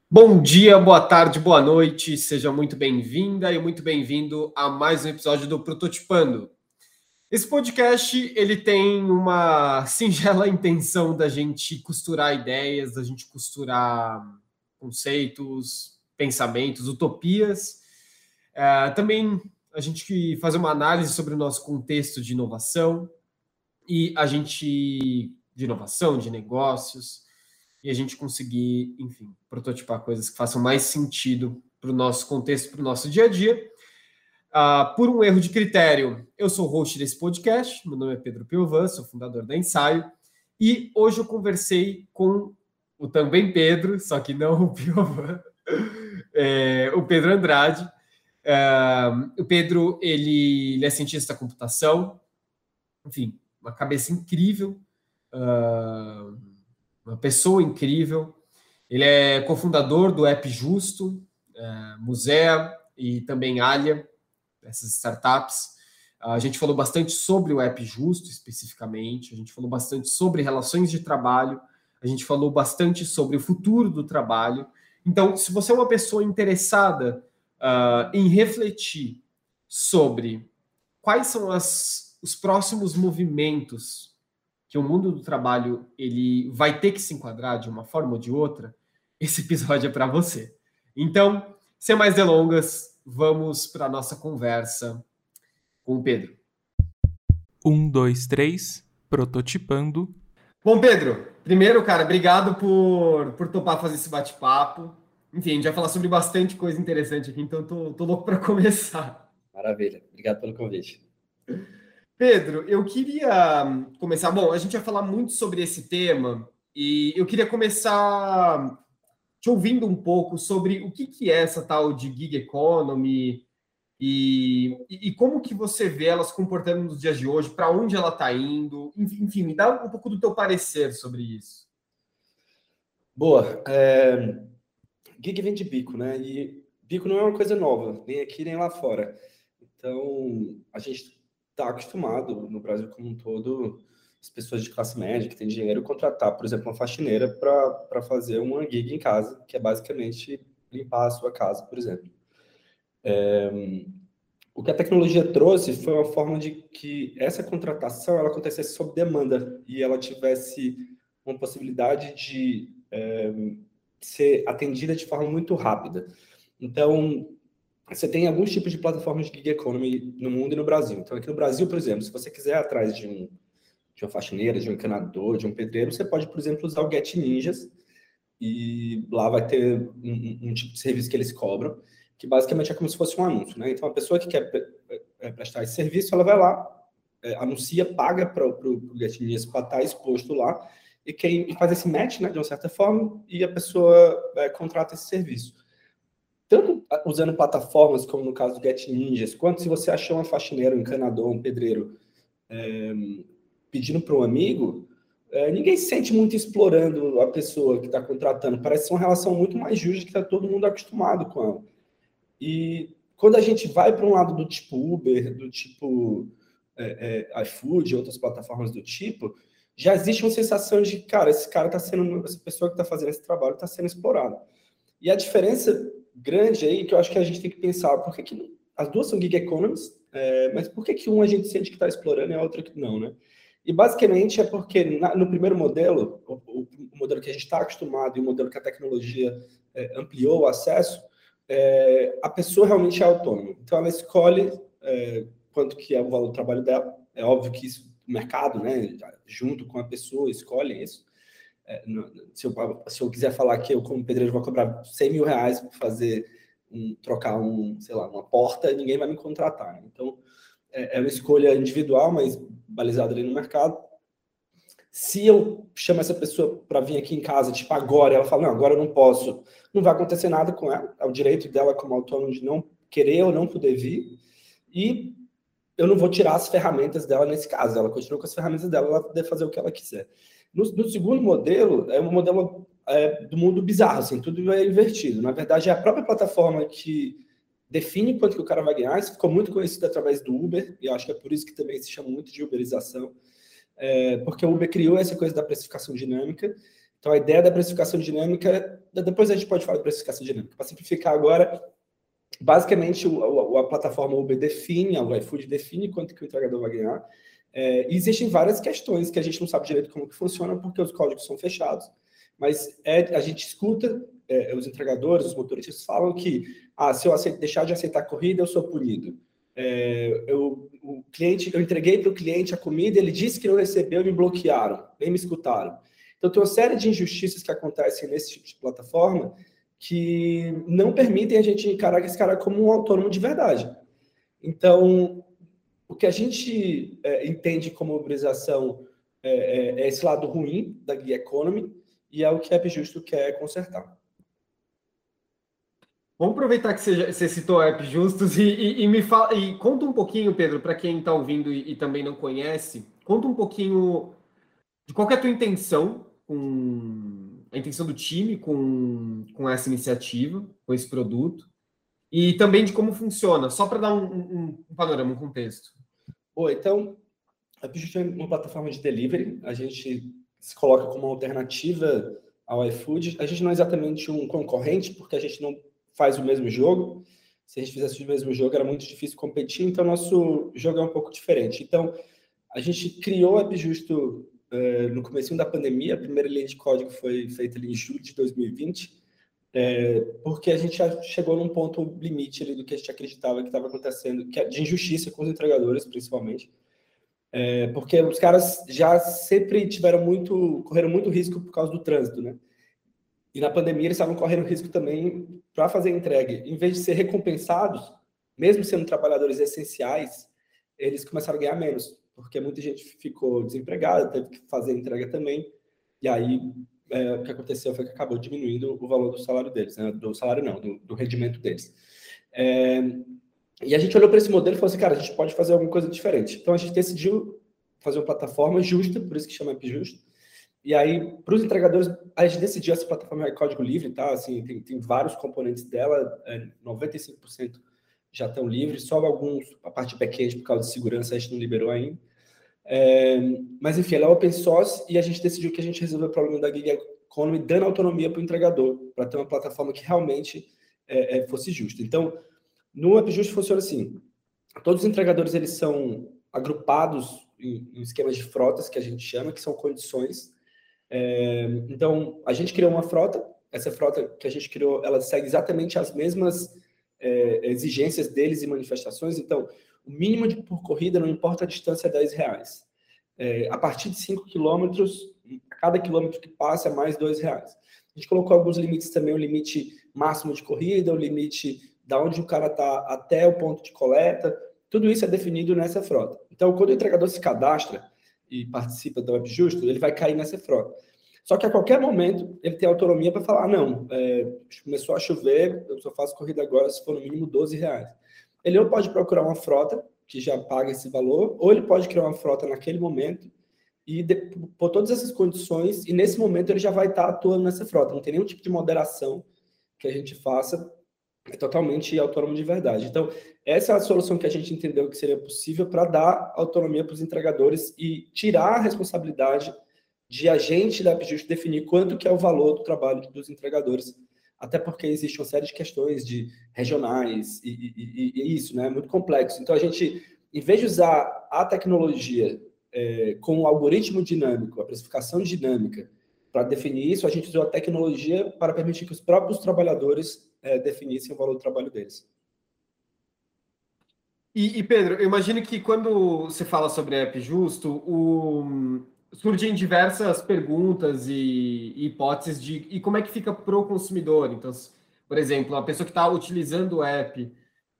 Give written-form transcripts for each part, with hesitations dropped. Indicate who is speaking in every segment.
Speaker 1: Bom dia, boa tarde, boa noite, seja muito bem-vinda e muito bem-vindo a mais um episódio do Prototipando. Esse podcast, ele tem uma singela intenção da gente costurar ideias, da gente costurar conceitos, pensamentos, utopias. Também a gente fazer uma análise sobre o nosso contexto de inovação de inovação, de negócios, e a gente conseguir, enfim, prototipar coisas que façam mais sentido para o nosso contexto, para o nosso dia a dia. Por um erro de critério, eu sou o host desse podcast, meu nome é Pedro Piovan, sou fundador da Ensaio, e hoje eu conversei com o também Pedro, só que não o Piovan, o Pedro Andrade. O Pedro, ele é cientista da computação, enfim, uma cabeça incrível, uma pessoa incrível. Ele é cofundador do App Justo, Musea e também Alia, essas startups. A gente falou bastante sobre o App Justo, especificamente. A gente falou bastante sobre relações de trabalho. A gente falou bastante sobre o futuro do trabalho. Então, se você é uma pessoa interessada em refletir sobre quais são os próximos movimentos que o mundo do trabalho ele vai ter que se enquadrar de uma forma ou de outra, esse episódio é para você. Então, sem mais delongas, vamos para a nossa conversa com o Pedro.
Speaker 2: 1, 2, 3, prototipando.
Speaker 1: Bom, Pedro, primeiro, cara, obrigado por topar fazer esse bate-papo. Enfim, a gente vai falar sobre bastante coisa interessante aqui, então tô louco para começar.
Speaker 3: Maravilha, obrigado pelo convite.
Speaker 1: Pedro, eu queria começar. Bom, a gente vai falar muito sobre esse tema e eu queria começar te ouvindo um pouco sobre o que é essa tal de gig economy e como que você vê ela se comportando nos dias de hoje, para onde ela está indo. Enfim, me dá um pouco do teu parecer sobre isso.
Speaker 3: Boa. Gig vem de bico, né? E bico não é uma coisa nova, nem aqui nem lá fora. Então, a gente está acostumado, no Brasil como um todo, as pessoas de classe média que têm dinheiro, contratar, por exemplo, uma faxineira para fazer uma gig em casa, que é basicamente limpar a sua casa, por exemplo. O que a tecnologia trouxe foi uma forma de que essa contratação ela acontecesse sob demanda e ela tivesse uma possibilidade de ser atendida de forma muito rápida. Então, você tem alguns tipos de plataformas de gig economy no mundo e no Brasil. Então, aqui no Brasil, por exemplo, se você quiser ir atrás de uma faxineira, de um encanador, de um pedreiro, você pode, por exemplo, usar o Get Ninjas e lá vai ter um tipo de serviço que eles cobram, que basicamente é como se fosse um anúncio, né? Então, a pessoa que quer prestar esse serviço, ela vai lá, anuncia, paga para o Get Ninjas para estar exposto lá e faz esse match, né, de uma certa forma, e a pessoa contrata esse serviço. Tanto usando plataformas como no caso do Get Ninjas, quanto se você achou uma faxineira, um encanador, um pedreiro pedindo para um amigo, ninguém se sente muito explorando a pessoa que está contratando. Parece ser uma relação muito mais justa, que está todo mundo acostumado com ela. E quando a gente vai para um lado do tipo Uber, do tipo iFood, outras plataformas do tipo, já existe uma sensação de, cara, essa pessoa que está fazendo esse trabalho está sendo explorada. E a diferença grande aí, que eu acho que a gente tem que pensar, as duas são gig economies, mas por que um a gente sente que está explorando e a outra que não, né? E basicamente é porque no primeiro modelo, o modelo que a gente está acostumado e o modelo que a tecnologia ampliou o acesso, a pessoa realmente é autônoma. Então ela escolhe quanto que é o valor do trabalho dela. É óbvio que isso, o mercado, né, junto com a pessoa, escolhe isso. Se eu quiser falar que eu, como pedreiro, vou cobrar 100 mil reais para trocar uma porta, ninguém vai me contratar. Né? Então, é uma escolha individual, mas balizada ali no mercado. Se eu chamo essa pessoa para vir aqui em casa, tipo, agora, ela fala, não, agora eu não posso, não vai acontecer nada com ela, é o direito dela como autônomo de não querer ou não poder vir, e eu não vou tirar as ferramentas dela nesse caso, ela continua com as ferramentas dela, ela vai poder fazer o que ela quiser. No segundo modelo, é um modelo do mundo bizarro, assim, tudo é invertido. Na verdade, é a própria plataforma que define quanto que o cara vai ganhar. Isso ficou muito conhecido através do Uber, e eu acho que é por isso que também se chama muito de uberização, porque o Uber criou essa coisa da precificação dinâmica, Então, a ideia da precificação dinâmica, depois a gente pode falar de precificação dinâmica. Para simplificar agora, basicamente, a plataforma Uber define, o iFood define quanto que o entregador vai ganhar. E existem várias questões que a gente não sabe direito como que funciona, porque os códigos são fechados. Mas a gente escuta, os entregadores, os motoristas falam que se eu deixar de aceitar a corrida, eu sou punido. Eu entreguei para o cliente a comida, ele disse que não recebeu e me bloquearam, nem me escutaram. Então, tem uma série de injustiças que acontecem nesse tipo de plataforma que não permitem a gente encarar esse cara como um autônomo de verdade. Então, o que a gente entende como uberização é esse lado ruim da gig economy e é o que a App Justo quer consertar.
Speaker 1: Vamos aproveitar que você citou a App Justus e conta um pouquinho, Pedro, para quem está ouvindo e também não conhece, conta um pouquinho de qual que é a tua intenção, a intenção do time com essa iniciativa, com esse produto, e também de como funciona, só para dar um panorama, um contexto.
Speaker 3: Então, a App Justo é uma plataforma de delivery, a gente se coloca como uma alternativa ao iFood. A gente não é exatamente um concorrente, porque a gente não faz o mesmo jogo. Se a gente fizesse o mesmo jogo, era muito difícil competir, então nosso jogo é um pouco diferente. Então, a gente criou a App Justo no comecinho da pandemia, a primeira linha de código foi feita ali em julho de 2020, porque a gente já chegou num ponto limite ali do que a gente acreditava que estava acontecendo, que é de injustiça com os entregadores, principalmente. Porque os caras já sempre correram muito risco por causa do trânsito, né? E na pandemia eles estavam correndo risco também para fazer entrega. Em vez de ser recompensados, mesmo sendo trabalhadores essenciais, eles começaram a ganhar menos, porque muita gente ficou desempregada, teve que fazer entrega também. E aí o que aconteceu foi que acabou diminuindo o valor do salário deles, né? Do salário não, do rendimento deles. E a gente olhou para esse modelo e falou assim, cara, a gente pode fazer alguma coisa diferente. Então, a gente decidiu fazer uma plataforma justa, por isso que chama App Justo. E aí, para os entregadores, a gente decidiu essa plataforma é código livre, tá? Assim, tem vários componentes dela, 95% já estão livres, só alguns, a parte de back-end, por causa de segurança, a gente não liberou ainda. Mas, enfim, ela é open source e a gente decidiu que a gente resolveu o problema da gig economy dando autonomia para o entregador, para ter uma plataforma que realmente fosse justa. Então, no App Justo funciona assim, todos os entregadores eles são agrupados em esquemas de frotas, que a gente chama, que são condições. Então, a gente criou uma frota, essa frota que a gente criou, ela segue exatamente as mesmas exigências deles e manifestações. Então, o mínimo por corrida, não importa a distância, é R$10. A partir de 5 quilômetros, cada quilômetro que passa é mais R$2. A gente colocou alguns limites também, o limite máximo de corrida, o limite da onde o cara está até o ponto de coleta, tudo isso é definido nessa frota. Então, quando o entregador se cadastra e participa do App Justo, ele vai cair nessa frota. Só que a qualquer momento, ele tem autonomia para falar, não, começou a chover, eu só faço corrida agora se for no mínimo R$12. Ele ou pode procurar uma frota que já paga esse valor, ou ele pode criar uma frota naquele momento e por todas essas condições, e nesse momento ele já vai estar atuando nessa frota. Não tem nenhum tipo de moderação que a gente faça, é totalmente autônomo de verdade. Então, essa é a solução que a gente entendeu que seria possível para dar autonomia para os entregadores e tirar a responsabilidade de a gente da App Justo definir quanto que é o valor do trabalho dos entregadores, até porque existe uma série de questões de regionais e isso, né? É muito complexo. Então, a gente, em vez de usar a tecnologia com o algoritmo dinâmico, a precificação dinâmica, para definir isso, a gente usou a tecnologia para permitir que os próprios trabalhadores definissem o valor do trabalho deles.
Speaker 1: E Pedro, eu imagino que quando você fala sobre App Justo, surgem diversas perguntas e hipóteses de como é que fica para o consumidor. Então, por exemplo, a pessoa que está utilizando o app,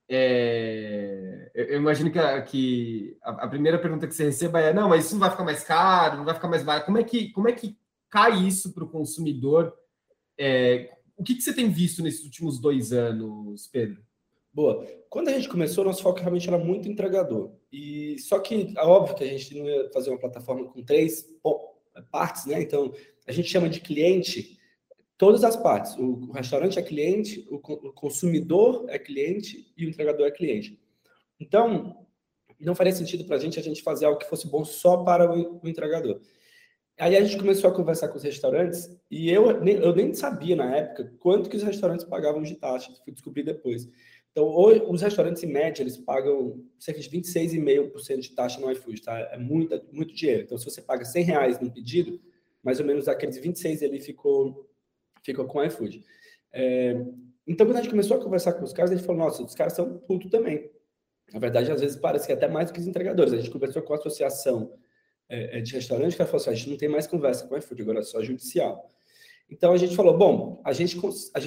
Speaker 1: eu imagino que a primeira pergunta que você receba não, mas isso não vai ficar mais caro, não vai ficar mais barato. Como é que cai isso para o consumidor? O que você tem visto nesses últimos 2 anos, Pedro?
Speaker 3: Boa. Quando a gente começou, nosso foco realmente era muito entregador. Só que é óbvio que a gente não ia fazer uma plataforma com 3 partes, né? Então, a gente chama de cliente todas as partes. O restaurante é cliente, o consumidor é cliente e o entregador é cliente. Então, não faria sentido para a gente fazer algo que fosse bom só para o entregador. Aí a gente começou a conversar com os restaurantes e eu nem sabia na época quanto que os restaurantes pagavam de taxa, fui descobrir depois. Então, hoje, os restaurantes, em média, eles pagam cerca de 26,5% de taxa no iFood, tá? É muito dinheiro. Então, se você paga R$100 no pedido, mais ou menos aqueles 26 ali ficou com o iFood. Então, quando a gente começou a conversar com os caras, a gente falou, nossa, os caras são puto também. Na verdade, às vezes parece que é até mais do que os entregadores. A gente conversou com a associação de restaurante, que ela falou assim, a gente não tem mais conversa com o iFood, agora é só judicial. Então, a gente falou, bom, a gente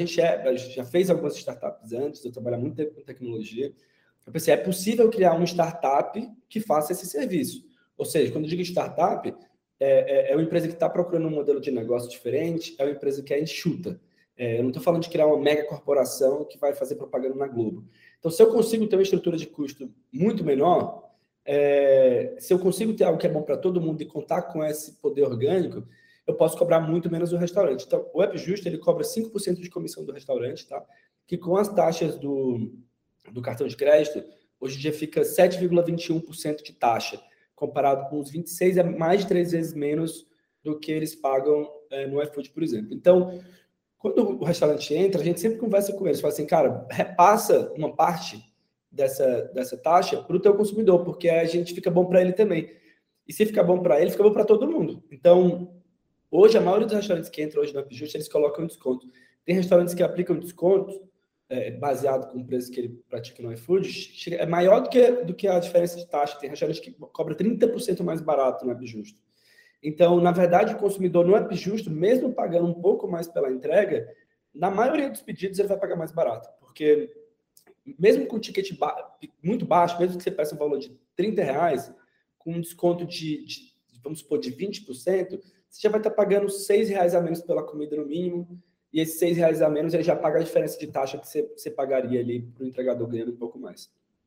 Speaker 3: já fez algumas startups antes, eu trabalho há muito tempo com tecnologia. Eu pensei, é possível criar uma startup que faça esse serviço. Ou seja, quando eu digo startup, é uma empresa que está procurando um modelo de negócio diferente, é uma empresa que é enxuta. Eu não estou falando de criar uma mega corporação que vai fazer propaganda na Globo. Então, se eu consigo ter uma estrutura de custo muito menor, se eu consigo ter algo que é bom para todo mundo e contar com esse poder orgânico, eu posso cobrar muito menos do restaurante. Então, o AppJusto, ele cobra 5% de comissão do restaurante, tá? Que com as taxas do cartão de crédito, hoje em dia fica 7,21% de taxa, comparado com os 26%, é mais de 3 vezes menos do que eles pagam no iFood, por exemplo. Então, quando o restaurante entra, a gente sempre conversa com eles, fala assim, cara, repassa uma parte dessa taxa para o teu consumidor, porque a gente fica bom para ele também. E se ficar bom para ele, fica bom para todo mundo. Então, hoje, a maioria dos restaurantes que entram hoje no AppJusto, eles colocam desconto. Tem restaurantes que aplicam desconto baseado com o preço que ele pratica no iFood, é maior do que a diferença de taxa. Tem restaurante que cobra 30% mais barato no AppJusto. Então, na verdade, o consumidor no AppJusto, mesmo pagando um pouco mais pela entrega, na maioria dos pedidos ele vai pagar mais barato, porque mesmo com ticket muito baixo, mesmo que você peça um valor de R$30, com um desconto vamos supor, de 20%, você já vai estar pagando R$6 a menos pela comida no mínimo, e esses R$6 a menos ele já paga a diferença de taxa que você pagaria ali para o entregador ganhando um pouco mais.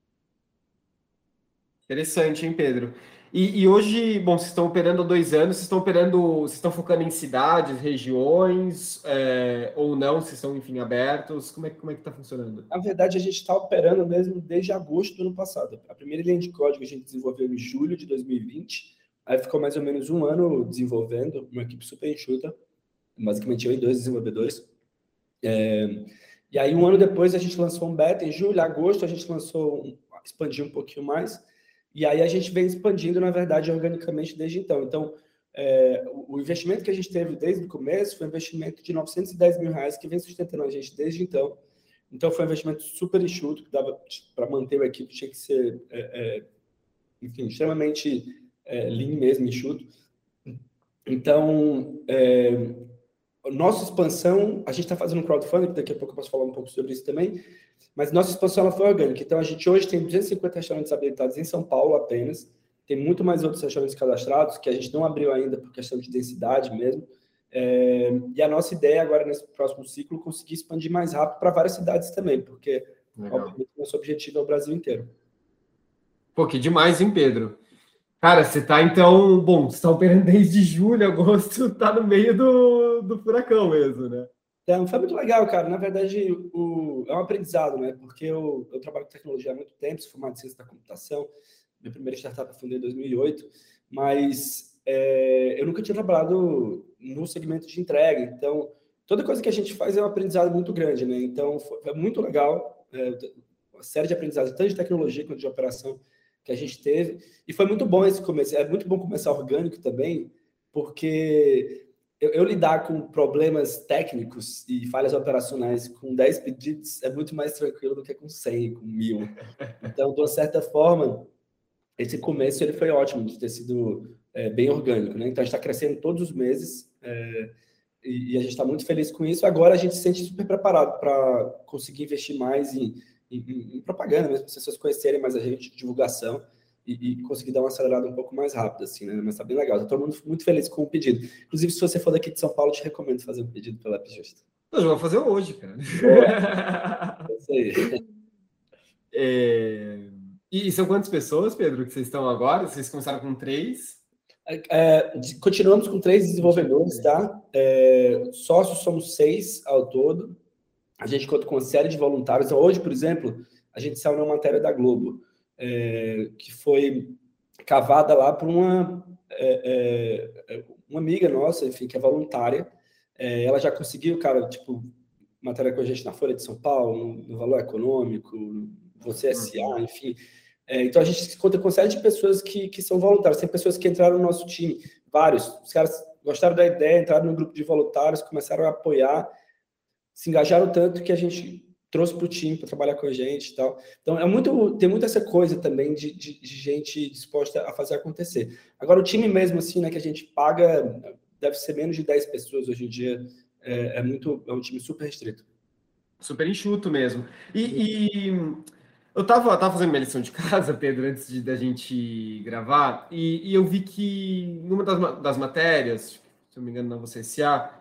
Speaker 1: Interessante, hein, Pedro? E hoje, bom, vocês estão operando há 2 anos, vocês estão focando em cidades, regiões, ou não, vocês estão, enfim, abertos? Como é que está funcionando?
Speaker 3: Na verdade, a gente está operando mesmo desde agosto do ano passado. A primeira linha de código a gente desenvolveu em julho de 2020, aí ficou mais ou menos um ano desenvolvendo, uma equipe super enxuta, basicamente eu e 2 desenvolvedores. E aí, um ano depois, a gente lançou um beta, em julho, agosto, a gente expandiu um pouquinho mais, e aí a gente vem expandindo, na verdade, organicamente desde então. Então, o investimento que a gente teve desde o começo foi um investimento de R$910 mil, que vem sustentando a gente desde então. Então, foi um investimento super enxuto, que dava para manter a equipe, tinha que ser, enfim, extremamente lean mesmo, enxuto. Então, nossa expansão, a gente está fazendo um crowdfunding, daqui a pouco eu posso falar um pouco sobre isso também, mas nossa expansão ela foi orgânica. Então, a gente hoje tem 250 restaurantes habilitados em São Paulo apenas, tem muito mais outros restaurantes cadastrados, que a gente não abriu ainda por questão de densidade mesmo, e a nossa ideia agora, nesse próximo ciclo, conseguir expandir mais rápido para várias cidades também, porque, obviamente, nosso objetivo é o Brasil inteiro.
Speaker 1: Pô, que demais, hein, Pedro? Cara, você tá, então, bom, você tá operando desde julho, agosto, tá no meio do furacão mesmo, né?
Speaker 3: Então, foi muito legal, cara. Na verdade, é um aprendizado, né? Porque eu trabalho com tecnologia há muito tempo, sou formado em ciência da computação. Minha primeira startup eu fundei em 2008, mas eu nunca tinha trabalhado no segmento de entrega. Então, toda coisa que a gente faz é um aprendizado muito grande, né? Então, foi muito legal, uma série de aprendizados, tanto de tecnologia quanto de operação, que a gente teve. E foi muito bom esse começo. É muito bom começar orgânico também, porque eu lidar com problemas técnicos e falhas operacionais com 10 pedidos é muito mais tranquilo do que com 100, com 1000. Então, de uma certa forma, esse começo ele foi ótimo de ter sido bem orgânico, né? Então, a gente está crescendo todos os meses e a gente está muito feliz com isso. Agora, a gente se sente super preparado para conseguir investir mais em propaganda, mesmo, as pessoas conhecerem mais a gente, divulgação, e conseguir dar uma acelerada um pouco mais rápida, assim, né? Mas tá bem legal. Tá todo mundo muito feliz com o pedido. Inclusive, se você for daqui de São Paulo, eu te recomendo fazer um pedido pela AppJusto.
Speaker 1: Eu já vou fazer hoje, cara.
Speaker 3: É isso aí.
Speaker 1: E são quantas pessoas, Pedro, que vocês estão agora? Vocês começaram com 3?
Speaker 3: Continuamos com 3 desenvolvedores, tá? Sócios somos 6 ao todo. A gente conta com uma série de voluntários. Então, hoje, por exemplo, a gente saiu numa matéria da Globo, que foi cavada lá por uma amiga nossa, enfim, que é voluntária. Ela já conseguiu, cara, tipo, matéria com a gente na Folha de São Paulo, no Valor Econômico, Você S.A., enfim. Então, a gente conta com série de pessoas que são voluntárias. Tem pessoas que entraram no nosso time, vários. Os caras gostaram da ideia, entraram no grupo de voluntários, começaram a apoiar, se engajaram tanto que a gente trouxe para o time para trabalhar com a gente e tal. Então, tem muito essa coisa também de gente disposta a fazer acontecer. Agora, o time mesmo, assim, né, que a gente paga, deve ser menos de 10 pessoas hoje em dia. É um time super restrito.
Speaker 1: Super enxuto mesmo. E eu tava fazendo minha lição de casa, Pedro, antes da gente gravar, e eu vi que numa das matérias, se eu não me engano, na Você S.A.,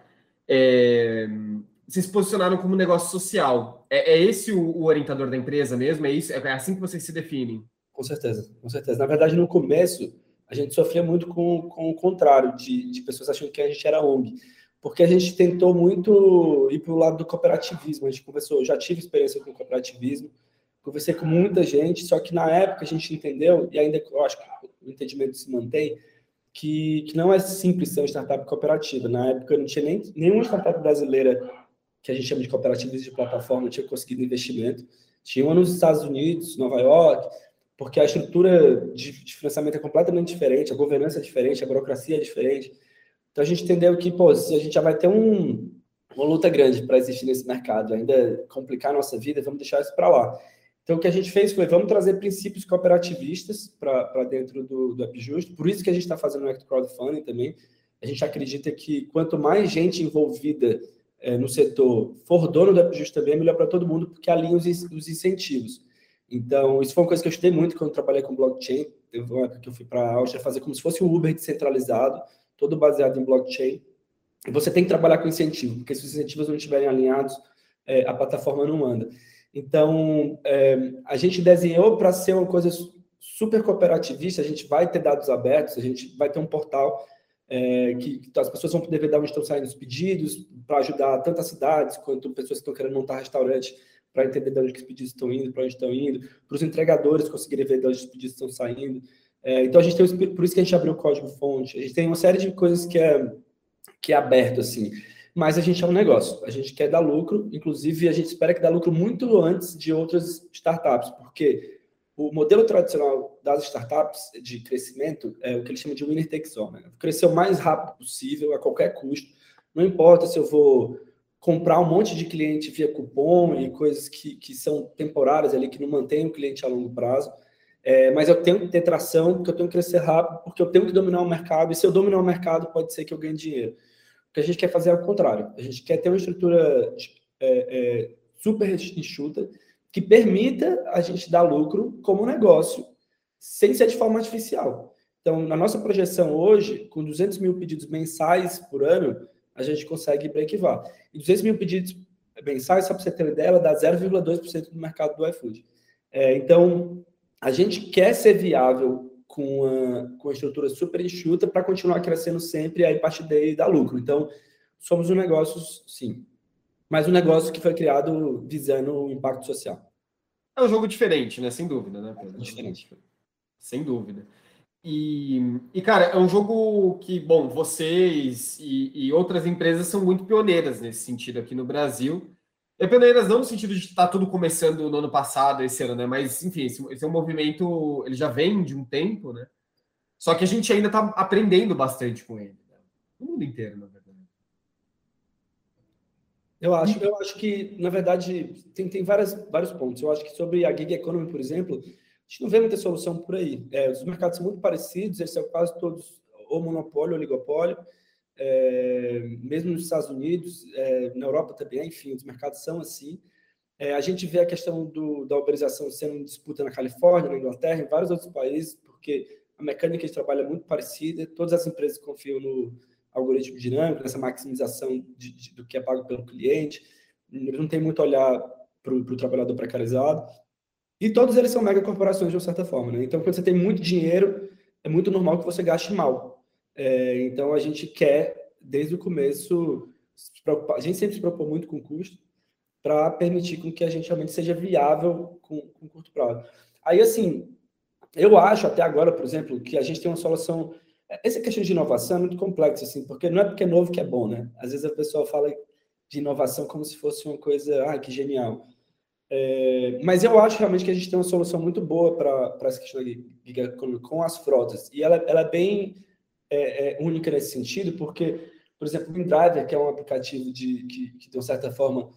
Speaker 1: vocês se posicionaram como negócio social. É esse o orientador da empresa mesmo? É isso? É assim que vocês se definem?
Speaker 3: Com certeza, com certeza. Na verdade, no começo, a gente sofria muito com o contrário, de pessoas achando que a gente era ONG. Porque a gente tentou muito ir para o lado do cooperativismo. A gente conversou, eu já tive experiência com cooperativismo, conversei com muita gente, só que na época a gente entendeu, e ainda eu acho que o entendimento se mantém, que não é simples ser uma startup cooperativa. Na época não tinha nenhuma startup brasileira que a gente chama de cooperativas de plataforma tinha conseguido investimento. Tinha uma nos Estados Unidos, Nova York, porque a estrutura de financiamento é completamente diferente, a governança é diferente, a burocracia é diferente. Então a gente entendeu que, pô, se a gente já vai ter uma luta grande para existir nesse mercado, ainda complicar a nossa vida, vamos deixar isso para lá. Então o que a gente fez foi, vamos trazer princípios cooperativistas para dentro do AppJusto, por isso que a gente está fazendo o Act Crowdfunding também. A gente acredita que quanto mais gente envolvida no setor for dono do AppJusto também, é melhor para todo mundo, porque alinha os incentivos. Então, isso foi uma coisa que eu estudei muito quando trabalhei com blockchain. Teve uma época que eu fui para a Áustria fazer como se fosse um Uber descentralizado, todo baseado em blockchain. E você tem que trabalhar com incentivo, porque se os incentivos não estiverem alinhados, a plataforma não anda. Então, a gente desenhou para ser uma coisa super cooperativista, a gente vai ter dados abertos, a gente vai ter um portal que as pessoas vão poder ver de onde estão saindo os pedidos, para ajudar tanto as cidades quanto pessoas que estão querendo montar restaurante, para entender de onde que os pedidos estão indo, para onde estão indo, para os entregadores conseguirem ver de onde os pedidos estão saindo. Então, a gente tem, por isso que a gente abriu o código-fonte, a gente tem uma série de coisas que é aberto, assim, mas a gente é um negócio, a gente quer dar lucro, inclusive a gente espera que dê lucro muito antes de outras startups, porque o modelo tradicional das startups de crescimento é o que eles chamam de winner takes all, né? Crescer o mais rápido possível, a qualquer custo, não importa se eu vou comprar um monte de cliente via cupom e coisas que são temporárias ali, que não mantêm o cliente a longo prazo, mas eu tenho que ter tração, porque eu tenho que crescer rápido, porque eu tenho que dominar o mercado, e se eu dominar o mercado, pode ser que eu ganhe dinheiro. O que a gente quer fazer é o contrário. A gente quer ter uma estrutura super enxuta, que permita a gente dar lucro como negócio, sem ser de forma artificial. Então, na nossa projeção hoje, com 200 mil pedidos mensais por ano, a gente consegue break-even. E 200 mil pedidos mensais, só para você ter uma ideia, dá 0,2% do mercado do iFood. Então, a gente quer ser viável com a estrutura super enxuta para continuar crescendo sempre e aí partir daí dar lucro. Então, somos um negócio, sim, mas um negócio que foi criado visando o impacto social.
Speaker 1: É um jogo diferente, né? Sem dúvida, né, Pedro?
Speaker 3: Diferente.
Speaker 1: Sem dúvida. E, cara, é um jogo que, bom, vocês e outras empresas são muito pioneiras nesse sentido aqui no Brasil. É pioneiras não no sentido de estar tudo começando no ano passado, esse ano, né? Mas, enfim, esse é um movimento, ele já vem de um tempo, né? Só que a gente ainda está aprendendo bastante com ele. Né? O mundo inteiro, na verdade.
Speaker 3: Eu acho que, na verdade, tem vários pontos. Eu acho que sobre a gig economy, por exemplo, a gente não vê muita solução por aí. Os mercados são muito parecidos, eles são quase todos ou monopólio ou oligopólio. Mesmo nos Estados Unidos, na Europa também, enfim, os mercados são assim. A gente vê a questão da uberização sendo em disputa na Califórnia, na Inglaterra, em vários outros países, porque a mecânica de trabalho é muito parecida, todas as empresas confiam no algoritmo dinâmico, nessa maximização do que é pago pelo cliente, eles não tem muito olhar para o trabalhador precarizado, e todos eles são mega corporações de uma certa forma, né? Então, quando você tem muito dinheiro, é muito normal que você gaste mal. Então, a gente quer, desde o começo, a gente sempre se preocupou muito com o custo, para permitir com que a gente realmente seja viável com curto prazo. Aí, assim, Eu acho, até agora, por exemplo, que a gente tem uma solução... Essa questão de inovação é muito complexa, assim, porque não é porque é novo que é bom, né? Às vezes a pessoa fala de inovação como se fosse uma coisa, que genial. Mas eu acho realmente que a gente tem uma solução muito boa para essa questão da gig economy com as frotas. E ela é bem única nesse sentido, porque, por exemplo, o InDriver, que é um aplicativo que de uma certa forma,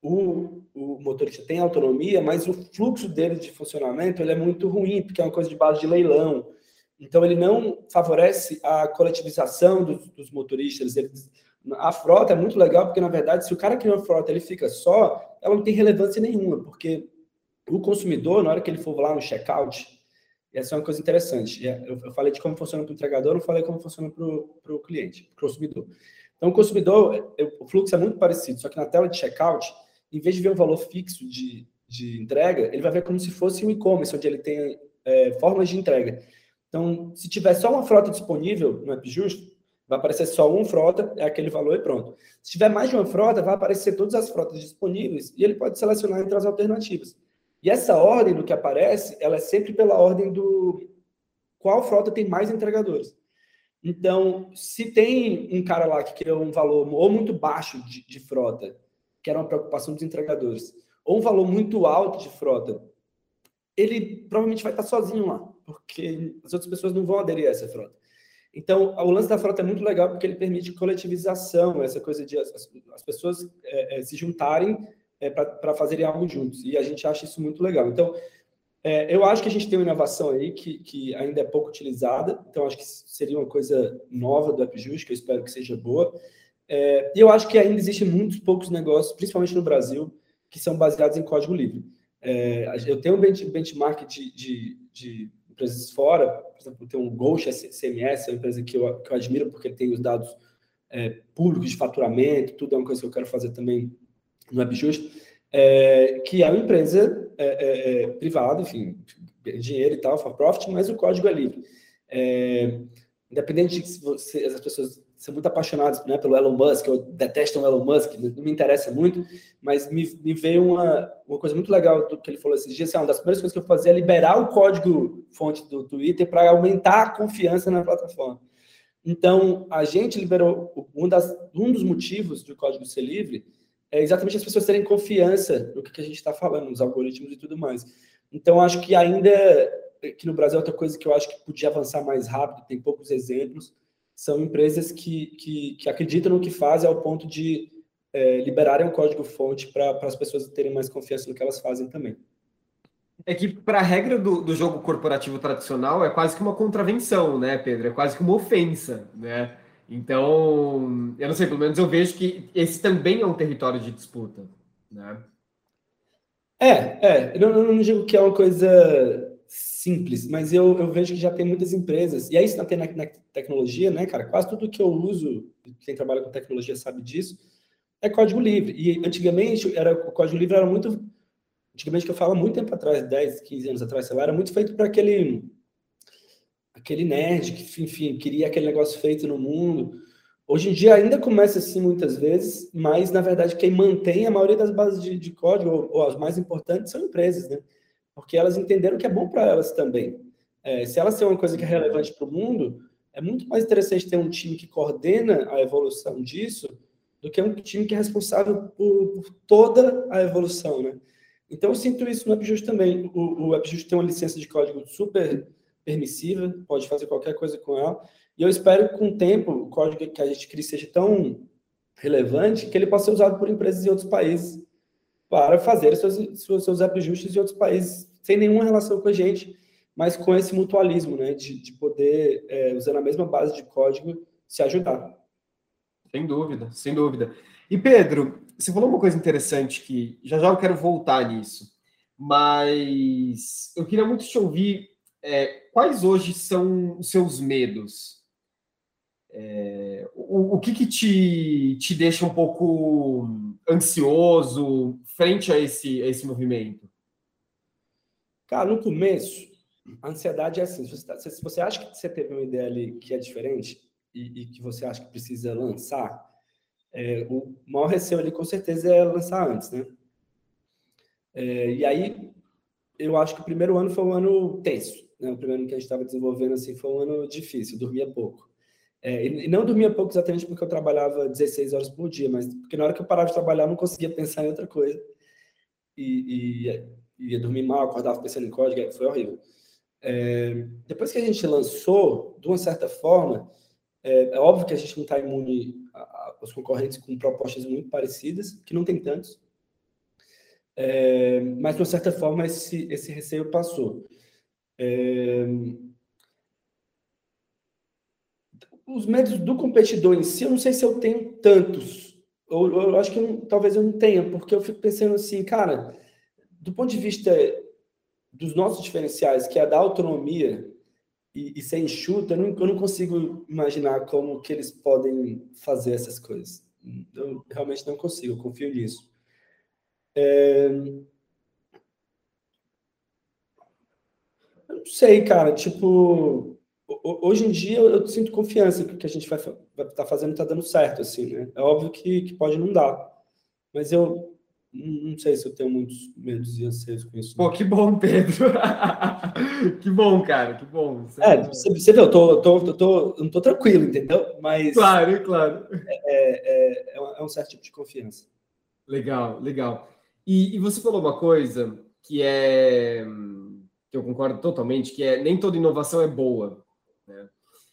Speaker 3: o motorista tem autonomia, mas o fluxo dele de funcionamento ele é muito ruim, porque é uma coisa de base de leilão. Então, ele não favorece a coletivização dos motoristas. A frota é muito legal, porque, na verdade, se o cara cria uma frota ele fica só, ela não tem relevância nenhuma, porque o consumidor, na hora que ele for lá no checkout, essa é uma coisa interessante. Eu falei de como funciona para o entregador, não falei como funciona para o cliente, para o consumidor. Então, o consumidor, o fluxo é muito parecido, só que na tela de checkout, em vez de ver um valor fixo de entrega, ele vai ver como se fosse um e-commerce, onde ele tem formas de entrega. Então, se tiver só uma frota disponível no AppJusto, vai aparecer só uma frota, é aquele valor e pronto. Se tiver mais de uma frota, vai aparecer todas as frotas disponíveis e ele pode selecionar entre as alternativas. E essa ordem do que aparece, ela é sempre pela ordem do qual frota tem mais entregadores. Então, se tem um cara lá que quer um valor ou muito baixo de frota, que era uma preocupação dos entregadores, ou um valor muito alto de frota, ele provavelmente vai estar sozinho lá, porque as outras pessoas não vão aderir a essa frota. Então, o lance da frota é muito legal porque ele permite coletivização, essa coisa de as pessoas se juntarem para fazerem algo juntos. E a gente acha isso muito legal. Então, eu acho que a gente tem uma inovação aí que ainda é pouco utilizada. Então, acho que seria uma coisa nova do AppJust, que eu espero que seja boa. E eu acho que ainda existem muitos poucos negócios, principalmente no Brasil, que são baseados em código livre. Eu tenho um benchmark de empresas fora, por exemplo, tem um Ghost CMS, é uma empresa que eu admiro porque tem os dados públicos de faturamento, tudo é uma coisa que eu quero fazer também no AppJust, que é uma empresa privada, enfim, dinheiro e tal, for profit, mas o código é livre. Independente de se as pessoas são muito apaixonadas, né, pelo Elon Musk, ou detestam o Elon Musk, não me interessa muito, mas me veio uma coisa muito legal do que ele falou esses dias, uma das primeiras coisas que eu fazia é liberar o código fonte do Twitter para aumentar a confiança na plataforma. Então, a gente liberou, um dos motivos do código ser livre é exatamente as pessoas terem confiança no que a gente está falando, nos algoritmos e tudo mais. Então, acho que ainda, que no Brasil, outra coisa que eu acho que podia avançar mais rápido, tem poucos exemplos, são empresas que acreditam no que fazem ao ponto de liberarem o código-fonte para as pessoas terem mais confiança no que elas fazem também.
Speaker 1: É que, para a regra do jogo corporativo tradicional, é quase que uma contravenção, né, Pedro? É quase que uma ofensa, né? Então, eu não sei, pelo menos eu vejo que esse também é um território de disputa, né?
Speaker 3: Eu não digo que é uma coisa simples, mas eu vejo que já tem muitas empresas, e é isso na tecnologia, né, cara? Quase tudo que eu uso, quem trabalha com tecnologia sabe disso, é código livre. E antigamente, o código livre era muito... Antigamente, que eu falo muito tempo atrás, 10, 15 anos atrás, sei lá, era muito feito para aquele nerd que, enfim, queria aquele negócio feito no mundo. Hoje em dia ainda começa assim muitas vezes, mas na verdade quem mantém a maioria das bases de código, ou as mais importantes, são empresas, né? Porque elas entenderam que é bom para elas também. Se elas têm uma coisa que é relevante para o mundo, é muito mais interessante ter um time que coordena a evolução disso do que um time que é responsável por toda a evolução, né? Então eu sinto isso no AppJust também. O AppJust tem uma licença de código super permissiva, pode fazer qualquer coisa com ela. E eu espero que, com o tempo, o código que a gente crie seja tão relevante que ele possa ser usado por empresas em outros países para fazer seus AppJusts em outros países, sem nenhuma relação com a gente, mas com esse mutualismo, né, de poder, usando a mesma base de código, se ajudar.
Speaker 1: Sem dúvida, sem dúvida. E Pedro, você falou uma coisa interessante que já já eu quero voltar nisso, mas eu queria muito te ouvir quais hoje são os seus medos? O que te deixa um pouco ansioso frente a esse movimento?
Speaker 3: Cara, no começo, a ansiedade é assim, se você acha que você teve uma ideia ali que é diferente e que você acha que precisa lançar, o maior receio ali com certeza é lançar antes, né? E aí, eu acho que o primeiro ano foi um ano tenso. né? O primeiro ano que a gente estava desenvolvendo, assim, foi um ano difícil, eu dormia pouco. E não dormia pouco exatamente porque eu trabalhava 16 horas por dia, mas porque na hora que eu parava de trabalhar, eu não conseguia pensar em outra coisa. E ia dormir mal, acordava pensando em código, foi horrível. Depois que a gente lançou, de uma certa forma, é óbvio que a gente não está imune aos concorrentes com propostas muito parecidas, que não tem tantos, mas, de uma certa forma, esse receio passou. Os medos do competidor em si, eu não sei se eu tenho tantos, ou eu acho que talvez eu não tenha, porque eu fico pensando assim, cara, do ponto de vista dos nossos diferenciais, que é da autonomia e ser enxuta, eu não consigo imaginar como que eles podem fazer essas coisas. Eu realmente não consigo, eu confio nisso. Eu não sei, cara, tipo, hoje em dia eu sinto confiança que o que a gente vai estar fazendo está dando certo, assim, né? É óbvio que pode não dar, mas eu não sei se eu tenho muitos medos e anseios com isso.
Speaker 1: Pô, que bom, Pedro. Que bom, cara, que bom.
Speaker 3: Você vê, eu não tô tranquilo, entendeu? Mas
Speaker 1: Claro, claro.
Speaker 3: É um certo tipo de confiança.
Speaker 1: Legal, legal. E você falou uma coisa que é que eu concordo totalmente, que é nem toda inovação é boa, né?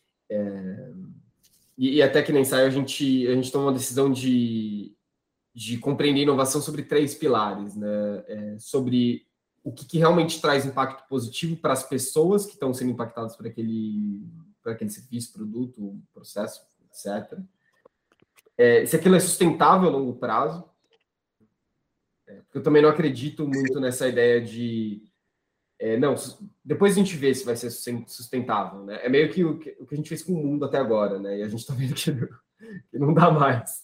Speaker 1: E até que nem sai a gente toma uma decisão de compreender inovação sobre 3 pilares, né? Sobre o que realmente traz impacto positivo para as pessoas que estão sendo impactadas por aquele serviço, produto, processo, etc. Se aquilo é sustentável a longo prazo. Porque eu também não acredito muito nessa ideia de não, depois a gente vê se vai ser sustentável, né? É meio que o que a gente fez com o mundo até agora, né? E a gente está vendo que não dá mais.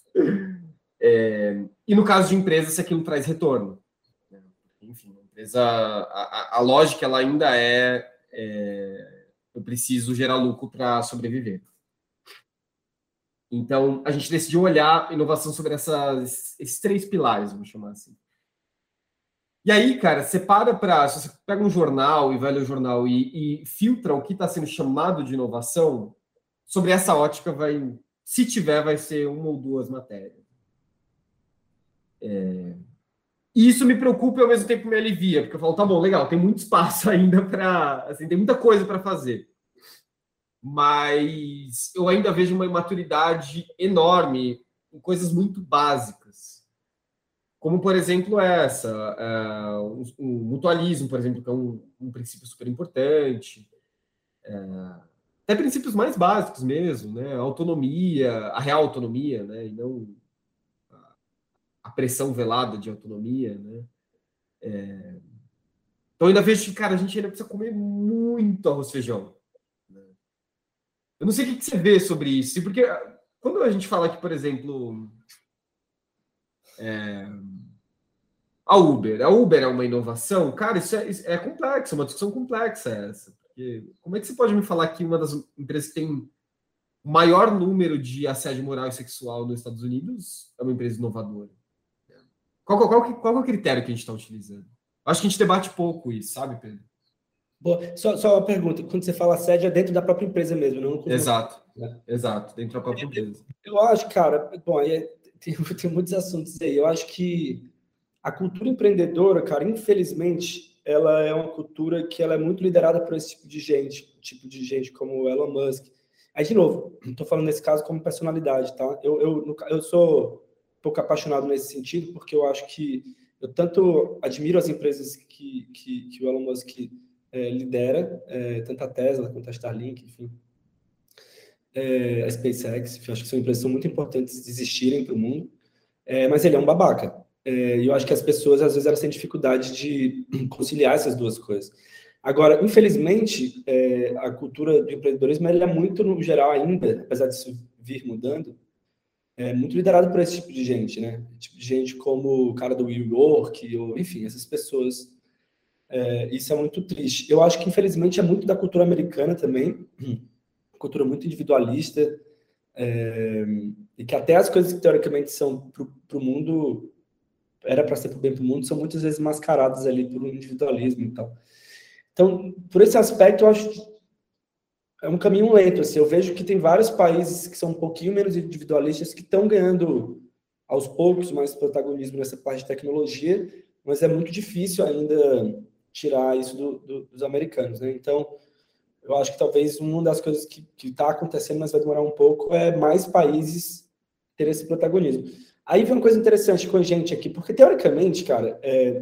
Speaker 1: E no caso de empresa, se aquilo traz retorno. Enfim, a empresa, a lógica ela ainda eu preciso gerar lucro para sobreviver. Então, a gente decidiu olhar inovação sobre esses 3 pilares, vamos chamar assim. E aí, cara, se você pega um jornal e vai ler o jornal e filtra o que está sendo chamado de inovação, sobre essa ótica se tiver, vai ser 1 ou 2 matérias. E isso me preocupa e ao mesmo tempo me alivia, porque eu falo, tá bom, legal, tem muito espaço ainda tem muita coisa para fazer. Mas eu ainda vejo uma imaturidade enorme em coisas muito básicas. Como, por exemplo, o mutualismo, por exemplo, que é um princípio super importante. Até princípios mais básicos mesmo, né? A autonomia, a real autonomia, né? E não a pressão velada de autonomia, né? Então, eu ainda vejo que, cara, a gente ainda precisa comer muito arroz e feijão. Né? Eu não sei o que você vê sobre isso, porque quando a gente fala que, por exemplo, a Uber é uma inovação, cara, isso é complexo, é uma discussão complexa essa. Porque como é que você pode me falar que uma das empresas que tem o maior número de assédio moral e sexual nos Estados Unidos é uma empresa inovadora? Qual é o critério que a gente está utilizando? Acho que a gente debate pouco isso, sabe, Pedro?
Speaker 3: Boa. Só uma pergunta. Quando você fala assédio, é dentro da própria empresa mesmo, não?
Speaker 1: Exato, exato, dentro da própria empresa.
Speaker 3: Eu acho, cara, bom, aí tem muitos assuntos aí. Eu acho que a cultura empreendedora, cara, infelizmente, ela é uma cultura que ela é muito liderada por esse tipo de gente como o Elon Musk. Aí, de novo, não estou falando nesse caso como personalidade, tá? Eu sou um pouco apaixonado nesse sentido, porque eu acho que eu tanto admiro as empresas que o Elon Musk lidera, tanto a Tesla quanto a Starlink, enfim, a SpaceX, eu acho que são empresas que são muito importantes de existirem para o mundo, mas ele é um babaca. E eu acho que as pessoas, às vezes, elas têm dificuldade de conciliar essas duas coisas. Agora, infelizmente, a cultura do empreendedorismo ela é muito, no geral, ainda, apesar disso vir mudando, muito liderado por esse tipo de gente, né? Tipo de gente como o cara do WeWork, ou, enfim, essas pessoas. Isso é muito triste. Eu acho que, infelizmente, é muito da cultura americana também, cultura muito individualista, e que até as coisas que, teoricamente, são para o mundo, era para ser para o bem para o mundo, são muitas vezes mascaradas ali por um individualismo e tal. Então, por esse aspecto, eu acho que é um caminho lento. Assim, eu vejo que tem vários países que são um pouquinho menos individualistas que estão ganhando aos poucos mais protagonismo nessa parte de tecnologia, mas é muito difícil ainda tirar isso dos americanos, né? Então, eu acho que talvez uma das coisas que está acontecendo, mas vai demorar um pouco, é mais países ter esse protagonismo. Aí vem uma coisa interessante com a gente aqui, porque teoricamente, cara,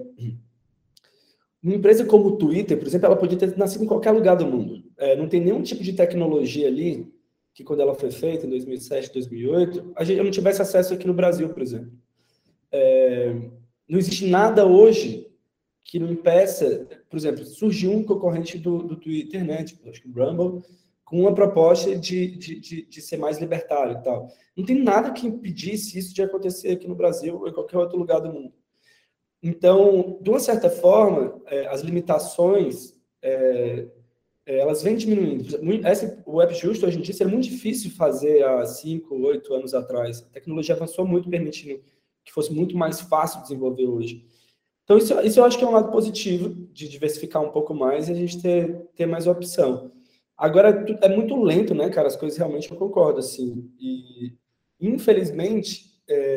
Speaker 3: uma empresa como o Twitter, por exemplo, ela podia ter nascido em qualquer lugar do mundo. Não tem nenhum tipo de tecnologia ali que, quando ela foi feita, em 2007, 2008, eu não tivesse acesso aqui no Brasil, por exemplo. Não existe nada hoje que não impeça, por exemplo, surgiu um concorrente do Twitter, né, tipo, acho que o Rumble, com uma proposta de ser mais libertário e tal. Não tem nada que impedisse isso de acontecer aqui no Brasil ou em qualquer outro lugar do mundo. Então, de uma certa forma, as limitações, elas vêm diminuindo. O Web Justo, hoje em dia, seria muito difícil fazer há 5, 8 anos atrás. A tecnologia avançou muito, permitindo que fosse muito mais fácil desenvolver hoje. Então, isso eu acho que é um lado positivo, de diversificar um pouco mais e a gente ter mais opção. Agora, é muito lento, né, cara? As coisas realmente eu concordo, assim. E, infelizmente,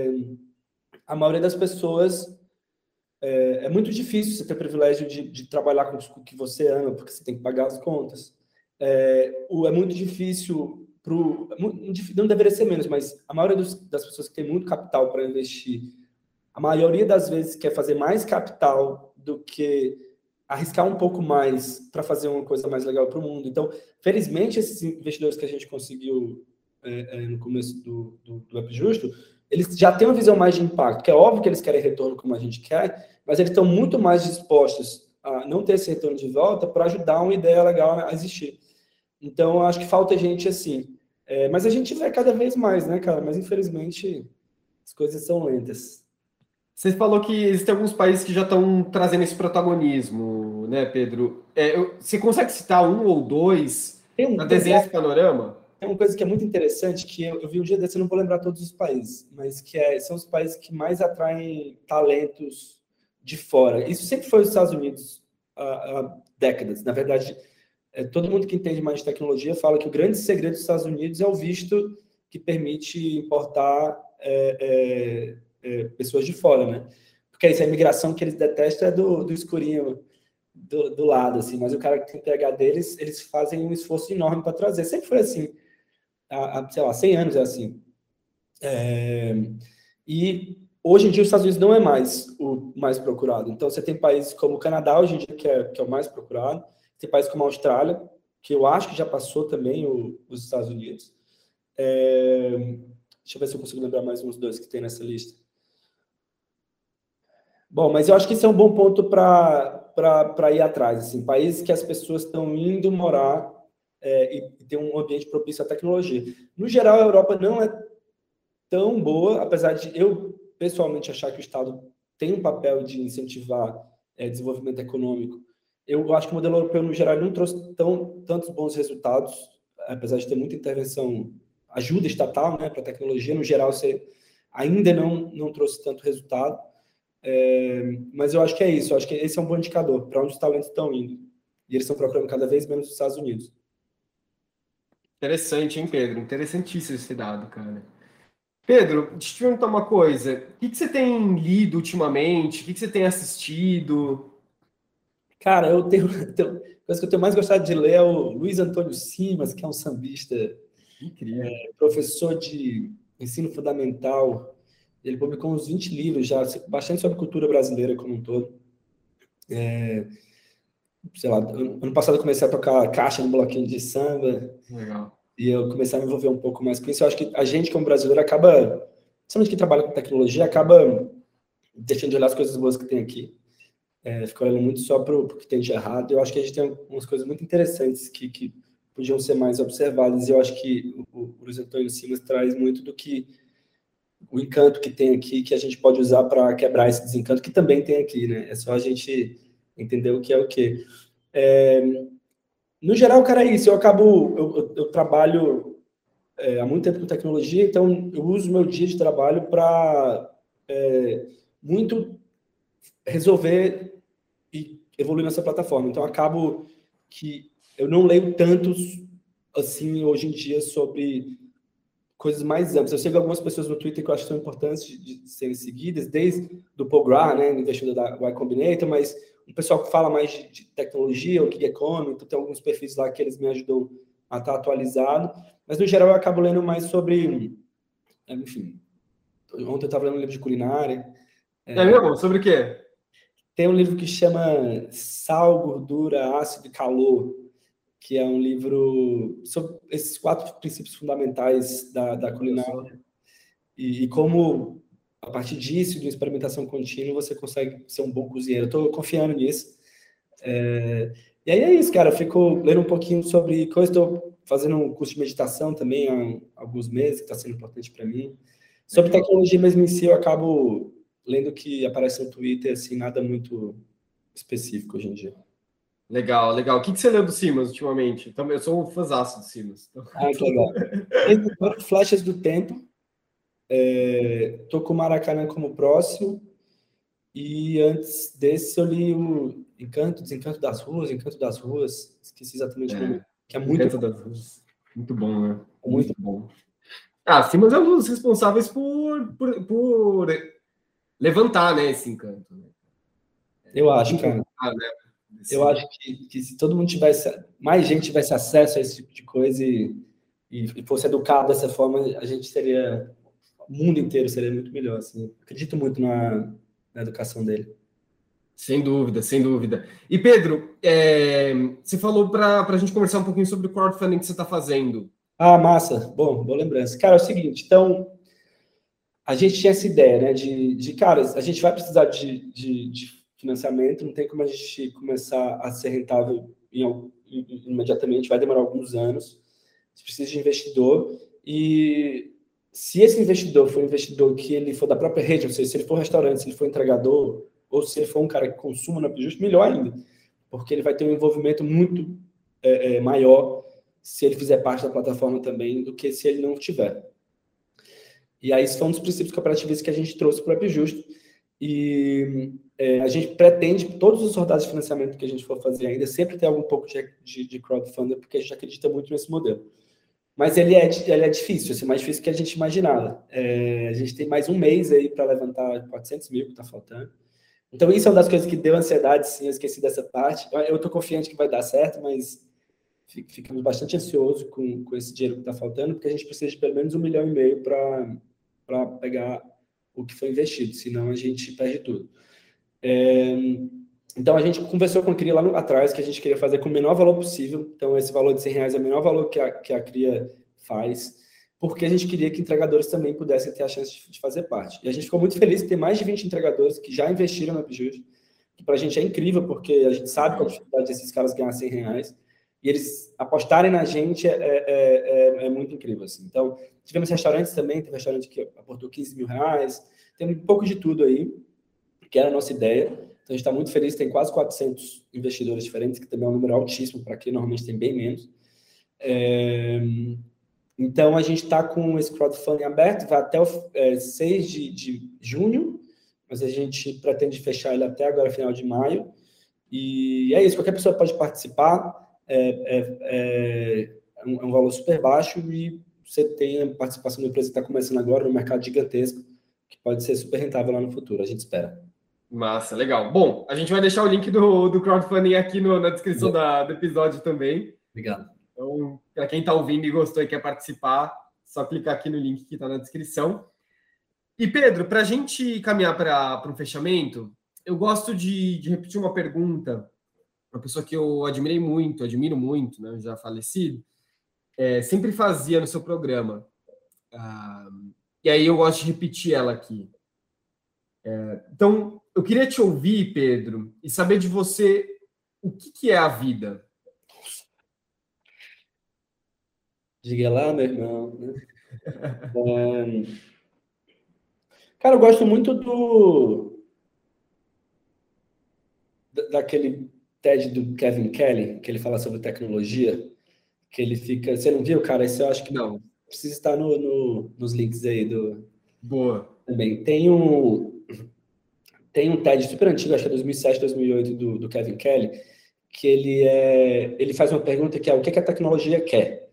Speaker 3: a maioria das pessoas... É muito difícil você ter o privilégio de trabalhar com o que você ama, porque você tem que pagar as contas. É muito difícil, não deveria ser menos, mas a maioria das pessoas que tem muito capital para investir, a maioria das vezes quer fazer mais capital do que arriscar um pouco mais para fazer uma coisa mais legal para o mundo. Então, felizmente, esses investidores que a gente conseguiu no começo do Web Justo, eles já têm uma visão mais de impacto, que é óbvio que eles querem retorno como a gente quer, mas eles estão muito mais dispostos a não ter esse retorno de volta para ajudar uma ideia legal a existir. Então, eu acho que falta gente assim. Mas a gente vê cada vez mais, né, cara? Mas, infelizmente, as coisas são lentas.
Speaker 1: Você falou que existem alguns países que já estão trazendo esse protagonismo, né, Pedro? Você consegue citar um ou dois para desenhar esse panorama?
Speaker 3: Tem uma coisa que é muito interessante, que eu vi um dia desse, eu não vou lembrar todos os países, mas que são os países que mais atraem talentos de fora. Isso sempre foi os Estados Unidos há décadas. Na verdade, todo mundo que entende mais de tecnologia fala que o grande segredo dos Estados Unidos é o visto que permite importar pessoas de fora, né? Porque essa imigração que eles detestam é do escurinho do lado, assim, mas o cara que tem PhD deles, eles fazem um esforço enorme para trazer. Sempre foi assim. Há, sei lá, 100 anos é assim. E hoje em dia os Estados Unidos não é mais o mais procurado. Então você tem países como o Canadá hoje em dia que é o mais procurado. Tem países como a Austrália, que eu acho que já passou também os Estados Unidos. Deixa eu ver se eu consigo lembrar mais uns dois que tem nessa lista. Bom, mas eu acho que isso é um bom ponto para ir atrás. Assim, países que as pessoas estão indo morar e ter um ambiente propício à tecnologia. No geral, a Europa não é tão boa, apesar de eu, pessoalmente, achar que o Estado tem um papel de incentivar desenvolvimento econômico. Eu acho que o modelo europeu, no geral, não trouxe tantos bons resultados, apesar de ter muita intervenção, ajuda estatal, né, para a tecnologia. No geral, você ainda não trouxe tanto resultado. Mas eu acho que é isso. Eu acho que esse é um bom indicador para onde os talentos estão indo. E eles estão procurando cada vez menos os Estados Unidos.
Speaker 1: Interessante, hein, Pedro? Interessantíssimo esse dado, cara. Pedro, deixa eu te perguntar uma coisa. O que você tem lido ultimamente? O que você tem assistido?
Speaker 3: Cara, a coisa que eu tenho mais gostado de ler é o Luiz Antônio Simas, que é um sambista,
Speaker 1: Incrível.
Speaker 3: professor de ensino fundamental. Ele publicou uns 20 livros já, bastante sobre cultura brasileira como um todo. Sei lá, ano passado eu comecei a tocar caixa no bloquinho de samba.
Speaker 1: Legal.
Speaker 3: E eu comecei a me envolver um pouco mais com isso. Eu acho que a gente, como brasileiro, acaba, principalmente quem trabalha com tecnologia, acaba deixando de olhar as coisas boas que tem aqui. Fica olhando muito só para o que tem de errado. Eu acho que a gente tem umas coisas muito interessantes que podiam ser mais observadas. E eu acho que o Luiz Antônio Simas traz muito do que o encanto que tem aqui, que a gente pode usar para quebrar esse desencanto, que também tem aqui, né? É só a gente entender o que é o quê. No geral, cara, é isso. Eu trabalho há muito tempo com tecnologia, então eu uso o meu dia de trabalho para muito resolver e evoluir nessa plataforma. Então, acabo que eu não leio tantos, assim, hoje em dia, sobre coisas mais amplas. Eu sigo algumas pessoas no Twitter que eu acho que são importantes de serem seguidas, desde do Paul Graham, né, investidor da Y Combinator, mas um pessoal que fala mais de tecnologia, o Gig Economy, então tem alguns perfis lá que eles me ajudam a estar atualizado. Mas, no geral, eu acabo lendo mais sobre... Enfim, ontem eu estava lendo um livro de culinária.
Speaker 1: É mesmo? Sobre o quê?
Speaker 3: Tem um livro que chama Sal, Gordura, Ácido e Calor, que é um livro sobre esses 4 princípios fundamentais da culinária. E como, a partir disso, de uma experimentação contínua, você consegue ser um bom cozinheiro. Eu estou confiando nisso. E aí é isso, cara. Eu fico lendo um pouquinho sobre coisas. Estou fazendo um curso de meditação também há alguns meses, que está sendo importante para mim. Sobre tecnologia mesmo em si, eu acabo lendo o que aparece no Twitter, assim, nada muito específico hoje em dia.
Speaker 1: Legal, legal. O que você leu do Simas ultimamente? Também eu sou um fãzaço do Simas.
Speaker 3: Que legal. Flechas do Tempo. Tô com o Maracanã como próximo. E antes desse eu li o Desencanto das Ruas. Esqueci exatamente o nome. Que é muito
Speaker 1: bom. Das Ruas. Muito bom, né?
Speaker 3: Muito
Speaker 1: bom. Simas é um dos responsáveis por levantar, né, esse encanto. Né?
Speaker 3: Eu acho, cara. Eu acho que se todo mundo mais gente tivesse acesso a esse tipo de coisa e fosse educado dessa forma, a gente seria, o mundo inteiro seria muito melhor, assim. Acredito muito na educação dele.
Speaker 1: Sem dúvida, sem dúvida. E Pedro, você falou para a gente conversar um pouquinho sobre o crowdfunding que você está fazendo.
Speaker 3: Massa. Bom, boa lembrança. Cara, é o seguinte, então, a gente tinha essa ideia, né, cara, a gente vai precisar de financiamento, não tem como a gente começar a ser rentável imediatamente, vai demorar alguns anos, a gente precisa de investidor, e se esse investidor for um investidor que ele for da própria rede, ou seja, se ele for restaurante, se ele for entregador, ou se ele for um cara que consuma na Pijust, melhor ainda, porque ele vai ter um envolvimento muito maior se ele fizer parte da plataforma também do que se ele não tiver. E aí, isso foi um dos princípios cooperativistas que a gente trouxe para o AppJusto. E a gente pretende, todos os rodadas de financiamento que a gente for fazer ainda, sempre ter algum pouco de crowdfunding, porque a gente acredita muito nesse modelo. Mas ele é difícil, assim, mais difícil que a gente imaginava. A gente tem mais um mês aí para levantar 400 mil que está faltando. Então, isso é uma das coisas que deu ansiedade, sim, eu esqueci dessa parte. Eu estou confiante que vai dar certo, mas ficamos bastante ansiosos com esse dinheiro que está faltando, porque a gente precisa de pelo menos 1,5 milhão para pegar o que foi investido, senão a gente perde tudo. Então, a gente conversou com a CRIA lá atrás, que a gente queria fazer com o menor valor possível. Então, esse valor de R$100 é o menor valor que a CRIA faz, porque a gente queria que entregadores também pudessem ter a chance de fazer parte. E a gente ficou muito feliz de ter mais de 20 entregadores que já investiram no AppJust, que para a gente é incrível, porque a gente sabe qual a dificuldade desses caras ganhar R$100, e eles apostarem na gente é muito incrível. Assim. Então, tivemos restaurantes também, tem restaurante que aportou R$15 mil, tem um pouco de tudo aí, que era a nossa ideia. Então, a gente está muito feliz, tem quase 400 investidores diferentes, que também é um número altíssimo, para quem normalmente tem bem menos. Então, a gente está com esse crowdfunding aberto, vai até o 6 de junho, mas a gente pretende fechar ele até agora, final de maio. E é isso, qualquer pessoa pode participar, é um valor super baixo e você tem a participação da empresa que está começando agora no mercado gigantesco, que pode ser super rentável lá no futuro, a gente espera.
Speaker 1: Massa, legal. Bom, a gente vai deixar o link do crowdfunding aqui na descrição do episódio também.
Speaker 3: Obrigado.
Speaker 1: Então, para quem está ouvindo e gostou e quer participar, só clicar aqui no link que está na descrição. E Pedro, para a gente caminhar para um fechamento, eu gosto de repetir uma pergunta. Uma pessoa que eu admiro muito, né, já falecido, sempre fazia no seu programa. E aí eu gosto de repetir ela aqui. Então, eu queria te ouvir, Pedro, e saber de você o que é a vida.
Speaker 3: Diga lá, meu irmão. Né? Cara, eu gosto muito daquele TED do Kevin Kelly, que ele fala sobre tecnologia, que ele fica... Você não viu, cara? Isso eu acho que
Speaker 1: não.
Speaker 3: Precisa estar nos links aí do...
Speaker 1: Boa.
Speaker 3: Também. Tem um... tem um TED super antigo, acho que é 2007, 2008, do Kevin Kelly, que ele faz uma pergunta que é: o que a tecnologia quer?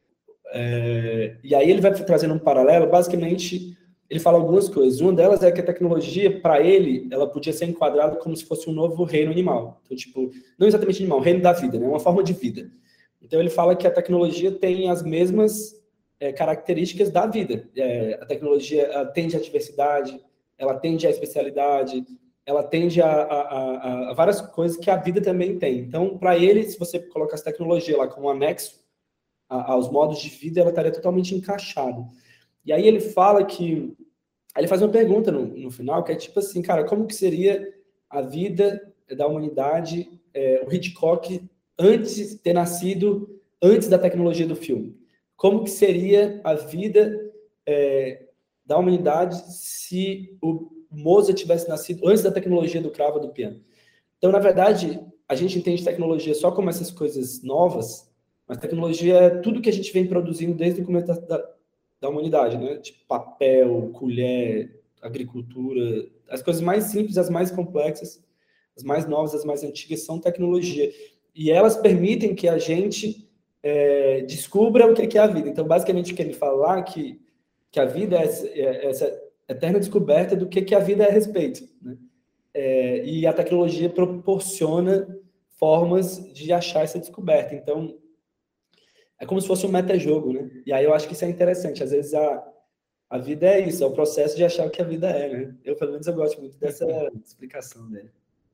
Speaker 3: E aí ele vai trazendo um paralelo. Basicamente, ele fala algumas coisas. Uma delas é que a tecnologia, para ele, ela podia ser enquadrada como se fosse um novo reino animal. Então, tipo, não exatamente animal, o reino da vida, né? Uma forma de vida. Então, ele fala que a tecnologia tem as mesmas características da vida. A tecnologia atende à diversidade, ela atende à especialidade, ela atende a várias coisas que a vida também tem. Então, para ele, se você colocar essa tecnologia lá como um anexo aos modos de vida, ela estaria totalmente encaixada. E aí ele fala que... Aí ele faz uma pergunta no final, que é tipo assim, cara, como que seria a vida da humanidade, o Hitchcock antes de ter nascido, antes da tecnologia do filme? Como que seria a vida da humanidade se o Mozart tivesse nascido antes da tecnologia do cravo do piano? Então, na verdade, a gente entende tecnologia só como essas coisas novas, mas tecnologia é tudo que a gente vem produzindo desde o começo da humanidade, né? Tipo papel, colher, agricultura, as coisas mais simples, as mais complexas, as mais novas, as mais antigas são tecnologia. E elas permitem que a gente descubra o que é a vida. Então, basicamente, o que ele fala lá é que a vida é essa eterna descoberta do que a vida é a respeito, né? E a tecnologia proporciona formas de achar essa descoberta. Então, é como se fosse um metajogo, né? E aí eu acho que isso é interessante. Às vezes a vida é isso, é o processo de achar o que a vida é, né? Pelo menos, eu gosto muito dessa explicação dele.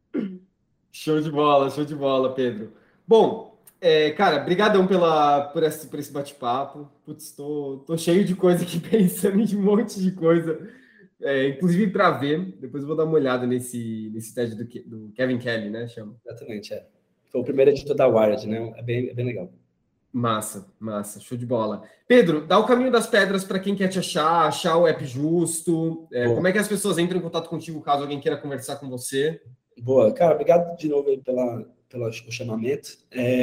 Speaker 1: Show de bola, Pedro. Bom, cara, brigadão por esse bate-papo. Putz, tô cheio de coisa aqui, pensando em um monte de coisa, inclusive para ver. Depois eu vou dar uma olhada nesse TED do Kevin Kelly, né? Chama.
Speaker 3: Exatamente, Foi o primeiro editor da Wired, né? É bem legal.
Speaker 1: Massa, show de bola. Pedro, dá o caminho das pedras para quem quer te achar o App Justo. Como é que as pessoas entram em contato contigo caso alguém queira conversar com você?
Speaker 3: Boa, cara, obrigado de novo aí pelo chamamento.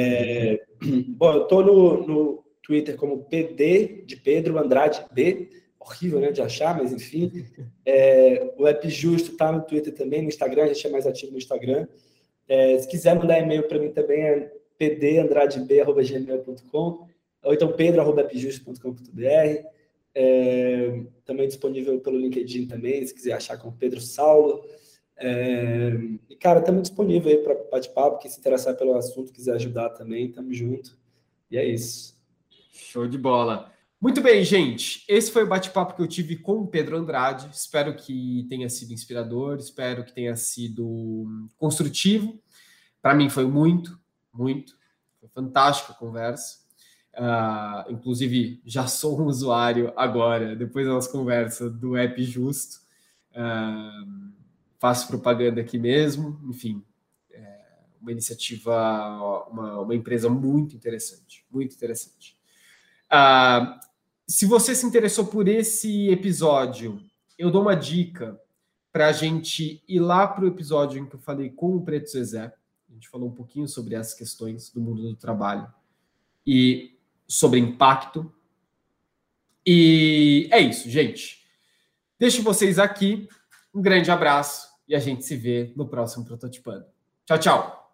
Speaker 3: Bom, eu tô no Twitter como PD de Pedro Andrade B. Horrível, né, de achar, mas enfim. O App Justo tá no Twitter também, no Instagram, a gente é mais ativo no Instagram. Se quiser mandar e-mail para mim também é pdandrade.gmail.com ou então pedro@appjusto.com.br. Também disponível pelo LinkedIn também, se quiser achar com Pedro Saulo. E, cara, estamos disponível aí para bate-papo. Quem se interessar pelo assunto, quiser ajudar também, estamos junto. E é isso.
Speaker 1: Show de bola. Muito bem, gente. Esse foi o bate-papo que eu tive com o Pedro Andrade. Espero que tenha sido inspirador, espero que tenha sido construtivo. Para mim foi muito. Foi fantástica a conversa. Inclusive, já sou um usuário agora, depois da nossa conversa, do App Justo. Faço propaganda aqui mesmo. Enfim, uma iniciativa, uma empresa muito interessante. Se você se interessou por esse episódio, eu dou uma dica para a gente ir lá para o episódio em que eu falei com o Preto Zezé. A gente falou um pouquinho sobre essas questões do mundo do trabalho e sobre impacto. E é isso, gente. Deixo vocês aqui. Um grande abraço e a gente se vê no próximo Prototipando. Tchau, tchau.